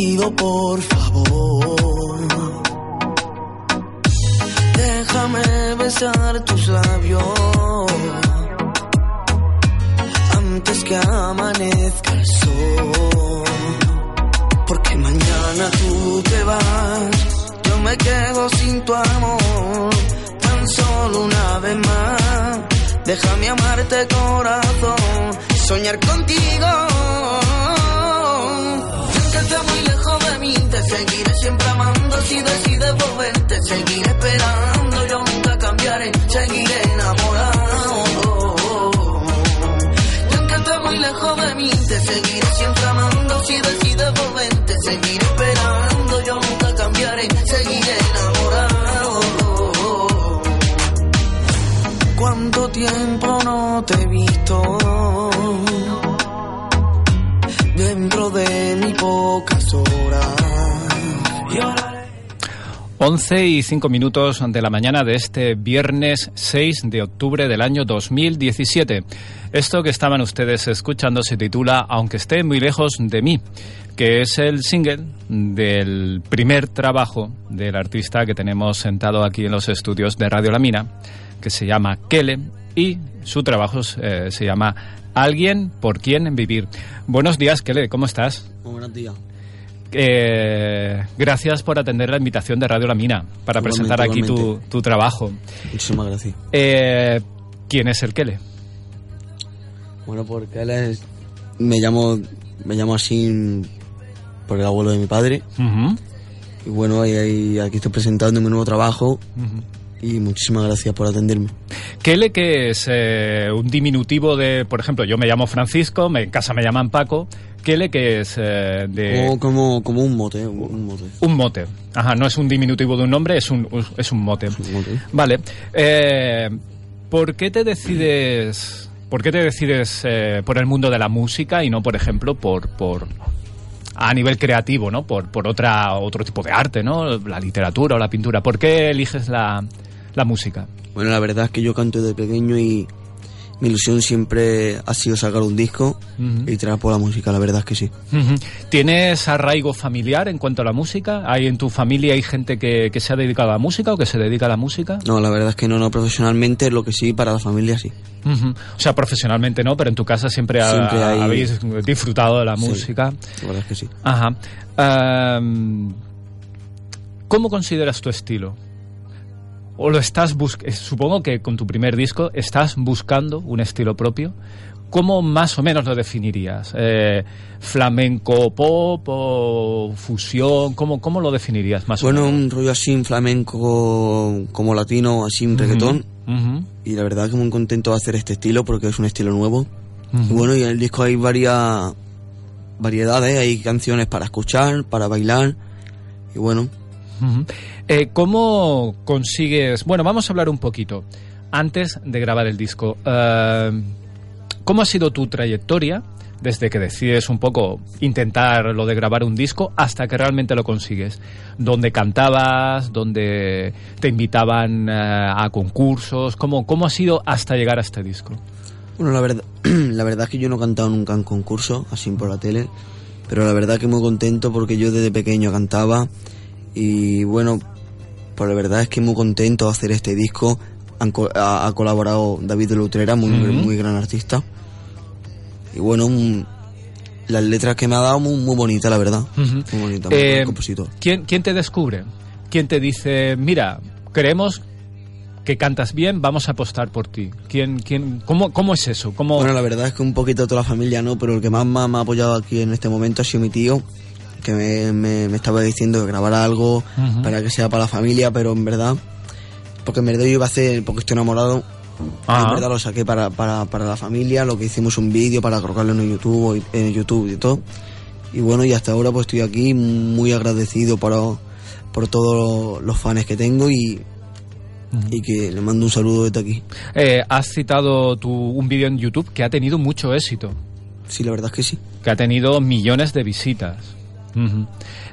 pido por favor, déjame besar tus labios antes que amanezca el sol, porque mañana tú te vas, yo me quedo sin tu amor, tan solo una vez más, déjame amarte corazón, soñar contigo. Aunque estés muy lejos de mí, te seguiré siempre amando, si decides volver, te seguiré esperando, yo nunca cambiaré, seguiré enamorado. Y aunque estés muy lejos de mí, te seguiré siempre amando, si decides volver, te seguiré esperando, yo nunca cambiaré, seguiré enamorado. ¿Cuánto tiempo no te he visto dentro de mis pocas horas? 11:05 de la mañana de este viernes 6 de octubre del año 2017. Esto que estaban ustedes escuchando se titula Aunque esté muy lejos de mí, que es el single del primer trabajo del artista que tenemos sentado aquí en los estudios de Radio La Mina, que se llama Kele, y su trabajo se llama Alguien por quien vivir. Buenos días, Kele, ¿cómo estás? Buenos días. Gracias por atender la invitación de Radio La Mina para presentar aquí tu trabajo. Muchísimas gracias. ¿Quién es el Kele? Bueno, pues Kele es... Me llamo así por el abuelo de mi padre. Uh-huh. Y bueno, aquí estoy presentando mi nuevo trabajo. Uh-huh. Y muchísimas gracias por atenderme. Kele, que es un diminutivo de, por ejemplo, yo me llamo Francisco, en casa me llaman Paco. Kele, que es de... Como un mote. Un mote. Ajá, no es un diminutivo de un nombre, es un mote. Es un mote. Vale. ¿Por qué te decides por el mundo de la música y no, por ejemplo, por a nivel creativo, ¿no? Por otro tipo de arte, ¿no? La literatura o la pintura. ¿Por qué eliges la música? Bueno, la verdad es que yo canto desde pequeño y mi ilusión siempre ha sido sacar un disco. Uh-huh. Y traer por la música, la verdad es que sí. Uh-huh. ¿Tienes arraigo familiar en cuanto a la música? ¿Hay en tu familia gente que se ha dedicado a la música o que se dedica a la música? No, la verdad es que no profesionalmente, lo que sí, para la familia sí. Uh-huh. O sea, profesionalmente no, pero en tu casa siempre habéis disfrutado de la música. La verdad es que sí. Ajá. ¿Cómo consideras tu estilo? ¿O lo estás supongo que con tu primer disco estás buscando un estilo propio? ¿Cómo más o menos lo definirías? ¿Flamenco pop o fusión? ¿Cómo lo definirías más o menos? Bueno, un rollo así flamenco como latino, así un reggaetón. Uh-huh. Y la verdad que muy contento de hacer este estilo porque es un estilo nuevo. Uh-huh. Y bueno, y en el disco hay variedades, hay canciones para escuchar, para bailar. Y bueno... Uh-huh. ¿Cómo consigues...? Bueno, vamos a hablar un poquito antes de grabar el disco. ¿Cómo ha sido tu trayectoria desde que decides un poco intentar lo de grabar un disco hasta que realmente lo consigues? ¿Dónde cantabas? ¿Dónde te invitaban a concursos? ¿Cómo ha sido hasta llegar a este disco? Bueno, la verdad es que yo no he cantado nunca en concurso, así por la tele, pero la verdad que muy contento porque yo desde pequeño cantaba y bueno... Pues la verdad es que muy contento de hacer este disco. Ha colaborado David de la Utrera, muy gran artista. Y bueno, las letras que me ha dado muy bonita, la verdad. Uh-huh. Muy bonita, muy buen compositor. ¿Quién te descubre? ¿Quién te dice, mira, creemos que cantas bien, vamos a apostar por ti? ¿Cómo es eso? Bueno, la verdad es que un poquito toda la familia, ¿no? Pero el que más me ha apoyado aquí en este momento ha sido mi tío, que me estaba diciendo que grabara algo. Uh-huh. Para que sea para la familia, pero en verdad, porque en verdad yo iba a hacer porque estoy enamorado. Uh-huh. En verdad lo saqué para la familia, lo que hicimos un vídeo para colocarlo en YouTube y todo. Y bueno, y hasta ahora pues estoy aquí muy agradecido por todos los fans que tengo y que le mando un saludo desde aquí. Has citado un vídeo en YouTube que ha tenido mucho éxito. Sí, la verdad es que sí. Que ha tenido millones de visitas. Uh-huh.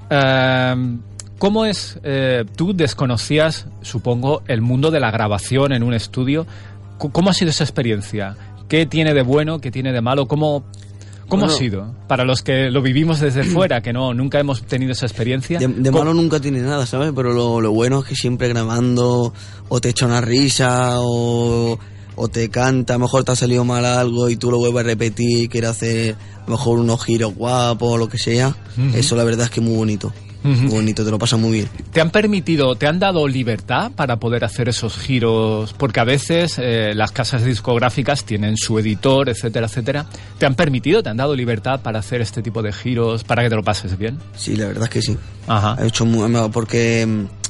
¿Cómo es? Tú desconocías, supongo, el mundo de la grabación en un estudio. ¿Cómo ha sido esa experiencia? ¿Qué tiene de bueno? ¿Qué tiene de malo? ¿Cómo ¿Cómo ha sido? Para los que lo vivimos desde fuera, que nunca hemos tenido esa experiencia. De malo nunca tiene nada, ¿sabes? Pero lo bueno es que siempre grabando o te echa una risa o te canta, a lo mejor te ha salido mal algo y tú lo vuelves a repetir, quieres hacer a lo mejor unos giros guapos o lo que sea. Eso la verdad es que es muy bonito. Muy bonito, te lo pasas muy bien. ¿Te han dado libertad para poder hacer esos giros? Porque a veces las casas discográficas tienen su editor, etcétera, etcétera. ¿Te han dado libertad para hacer este tipo de giros, para que te lo pases bien? Sí, la verdad es que sí. Ajá. He hecho porque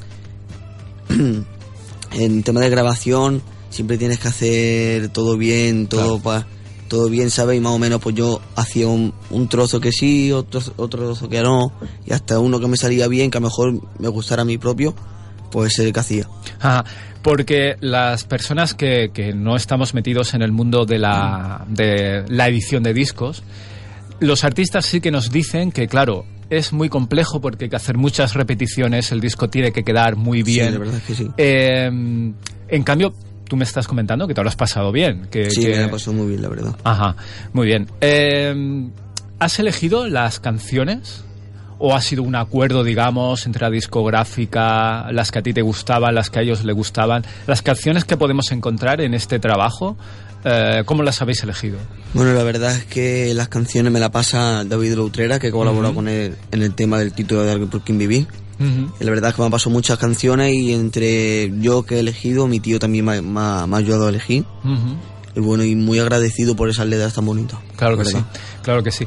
en tema de grabación siempre tienes que hacer todo bien, todo bien, ¿sabes? Y más o menos pues yo hacía un trozo que sí, otro trozo que no, y hasta uno que me salía bien, que a lo mejor me gustara a mí propio, pues es el que hacía. Ajá, porque las personas que no estamos metidos en el mundo de la edición de discos, los artistas sí que nos dicen que, claro, es muy complejo porque hay que hacer muchas repeticiones, el disco tiene que quedar muy bien. Sí, la verdad es que sí. En cambio, tú me estás comentando que te lo has pasado bien. Sí, me lo he pasado muy bien, la verdad. Ajá, muy bien. ¿Has elegido las canciones? ¿O ha sido un acuerdo, digamos, entre la discográfica, las que a ti te gustaban, las que a ellos les gustaban? Las canciones que podemos encontrar en este trabajo, ¿cómo las habéis elegido? Bueno, la verdad es que las canciones me las pasa David Loutrera, que colaboró con él en el tema del título de Alguien por quien vivir. Y la verdad es que me han pasado muchas canciones y entre yo que he elegido, mi tío también me ha ayudado a elegir. Y bueno, y muy agradecido por esas letras tan bonitas. Claro que sí, claro que sí.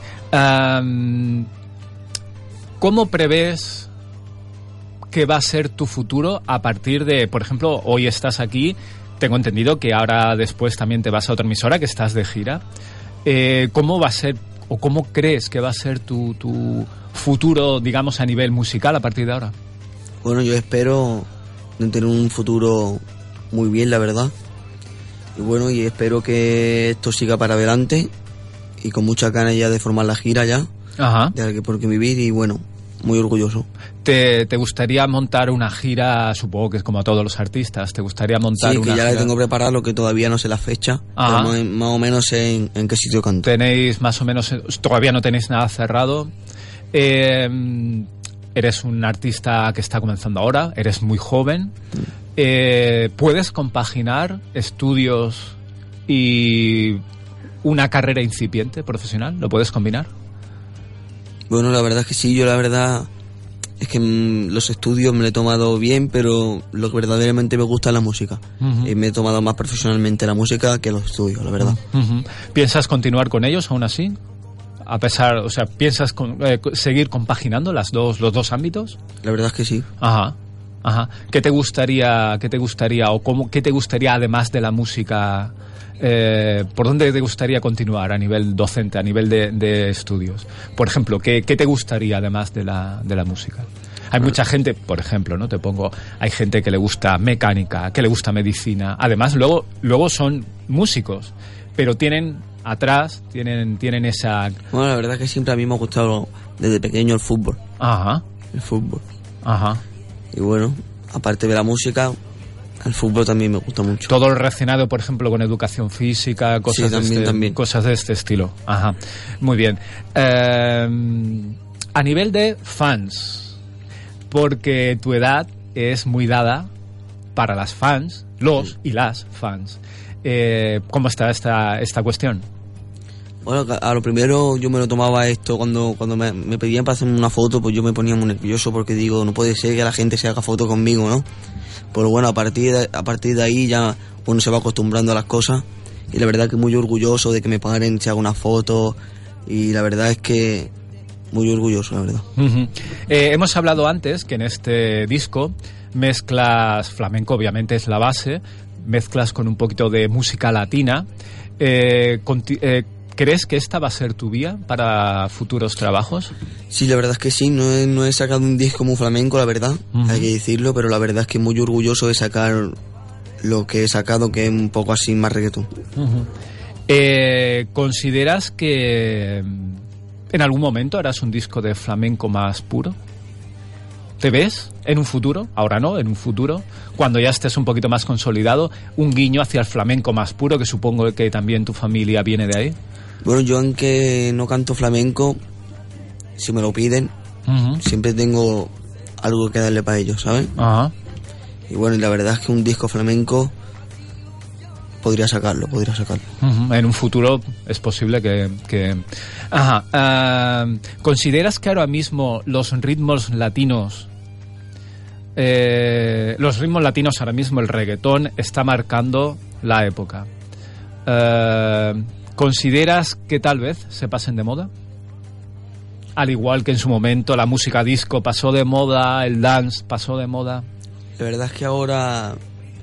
¿Cómo prevés que va a ser tu futuro a partir de, por ejemplo, hoy estás aquí, tengo entendido que ahora después también te vas a otra emisora, que estás de gira? ¿Cómo va a ser o cómo crees que va a ser tu futuro, digamos, a nivel musical a partir de ahora? Bueno, yo espero tener un futuro muy bien, la verdad. Y bueno, y espero que esto siga para adelante y con muchas ganas ya de formar la gira ya. Ajá. De Alguien por quien vivir y bueno, muy orgulloso. ¿Te gustaría montar una gira? Supongo que es como a todos los artistas. ¿Te gustaría montar una gira? Sí, que ya la tengo preparada, lo que todavía no sé la fecha. Pero más o menos sé en qué sitio canto. ¿Tenéis más o menos, todavía no tenéis nada cerrado? Eres un artista que está comenzando ahora, eres muy joven. ¿Puedes compaginar estudios y una carrera incipiente profesional? ¿Lo puedes combinar? Bueno, la verdad es que sí, yo la verdad es que los estudios me lo he tomado bien, pero lo que verdaderamente me gusta es la música. Y me he tomado más profesionalmente la música que los estudios, la verdad. ¿Piensas continuar con ellos aún así? A pesar, o sea, ¿piensas seguir compaginando los dos ámbitos? La verdad es que sí. Ajá. ¿Qué te gustaría o qué te gustaría además de la música? ¿Por dónde te gustaría continuar a nivel docente, a nivel de estudios? Por ejemplo, ¿qué te gustaría además de la música? Hay mucha gente, por ejemplo, ¿no? Hay gente que le gusta mecánica, que le gusta medicina. Además, luego son músicos, pero tienen esa... Bueno, la verdad es que siempre a mí me ha gustado desde pequeño el fútbol. Ajá. El fútbol. Ajá. Y bueno, aparte de la música, el fútbol también me gusta mucho. Todo lo relacionado, por ejemplo, con educación física, cosas de este estilo. Ajá. Muy bien. A nivel de fans, porque tu edad es muy dada para las fans, y las fans. ¿Cómo está esta cuestión? Bueno, a lo primero yo me lo tomaba esto cuando me pedían para hacerme una foto, pues yo me ponía muy nervioso porque digo, no puede ser que la gente se haga foto conmigo, ¿no? Pero bueno, a partir de ahí ya uno se va acostumbrando a las cosas y la verdad que muy orgulloso de que me paren, se haga una foto y la verdad es que muy orgulloso, la verdad. Hemos hablado antes que en este disco mezclas flamenco, obviamente es la base, mezclas con un poquito de música latina. ¿Crees que esta va a ser tu vía para futuros trabajos? Sí, la verdad es que sí. No he sacado un disco muy flamenco, la verdad, hay que decirlo, pero la verdad es que muy orgulloso de sacar lo que he sacado, que es un poco así más reggaetón. ¿Consideras que en algún momento harás un disco de flamenco más puro? ¿Te ves en un futuro? Ahora no, en un futuro, cuando ya estés un poquito más consolidado, un guiño hacia el flamenco más puro, que supongo que también tu familia viene de ahí. Bueno, yo aunque no canto flamenco, si me lo piden, siempre tengo algo que darle para ellos, ¿sabes? Ajá. Y bueno, y la verdad es que un disco flamenco podría sacarlo. En un futuro es posible que... Ajá. ¿Consideras que ahora mismo los ritmos latinos... ahora mismo, el reggaetón está marcando la época? ¿Consideras que tal vez se pasen de moda? Al igual que en su momento la música disco pasó de moda, el dance pasó de moda. La verdad es que ahora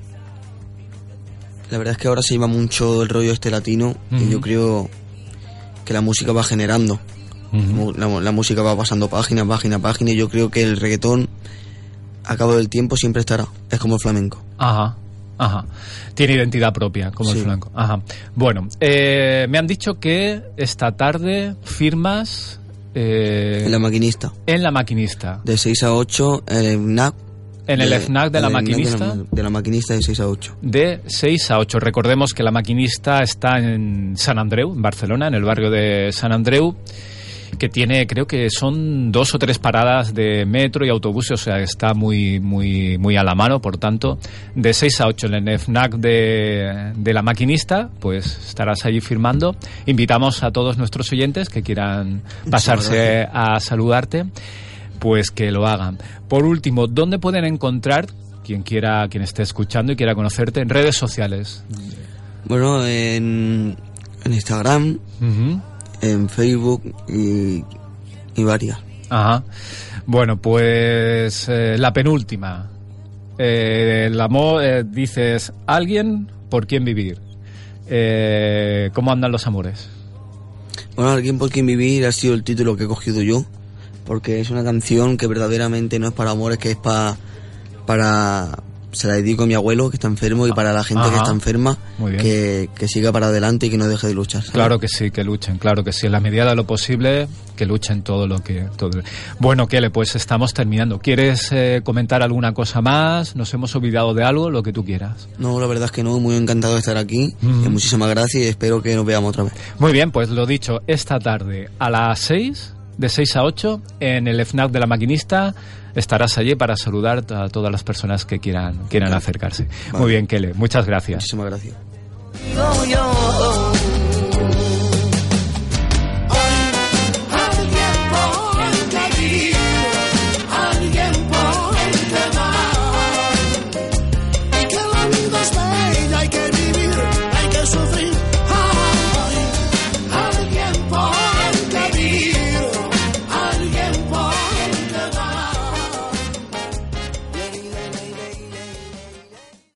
se lleva mucho el rollo este latino, y yo creo que la música va generando. La música va pasando página, y yo creo que el reggaetón a cabo del tiempo siempre estará. Es como el flamenco. Ajá. Tiene identidad propia, como el flamenco. Ajá. Bueno, me han dicho que esta tarde firmas... en La Maquinista. En La Maquinista. De 6 a 8 en el FNAC. En el FNAC de La Maquinista. De La Maquinista de 6 a 8. De 6 a 8. Recordemos que La Maquinista está en Sant Andreu, en Barcelona, en el barrio de Sant Andreu, que tiene, creo que son 2 o 3 paradas de metro y autobuses, o sea, está muy a la mano. Por tanto, de 6 a 8 en el FNAC de La Maquinista, pues estarás allí firmando. Invitamos a todos nuestros oyentes que quieran pasarse a saludarte, pues que lo hagan. Por último, ¿dónde pueden encontrar, quien esté escuchando y quiera conocerte, en redes sociales? Bueno, en Instagram, en Facebook y varias. Ajá. Bueno, pues la penúltima. El amor, dices, alguien por quien vivir. ¿Cómo andan los amores? Bueno, alguien por quien vivir ha sido el título que he cogido yo, porque es una canción que verdaderamente no es para amores, que es para se la dedico a mi abuelo que está enfermo y para la gente que está enferma, que siga para adelante y que no deje de luchar, ¿sabes? Claro que sí, que luchen, claro que sí, en la medida de lo posible, que luchen todo. Bueno, Kele, pues estamos terminando. ¿Quieres comentar alguna cosa más? ¿Nos hemos olvidado de algo? Lo que tú quieras. No, la verdad es que no, muy encantado de estar aquí, y muchísimas gracias y espero que nos veamos otra vez. Muy bien, pues lo dicho, esta tarde a las 6, de 6 a 8, en el FNAC de La Maquinista, estarás allí para saludar a todas las personas que quieran acercarse. Vale. Muy bien, Kele, muchas gracias. Muchísimas gracias.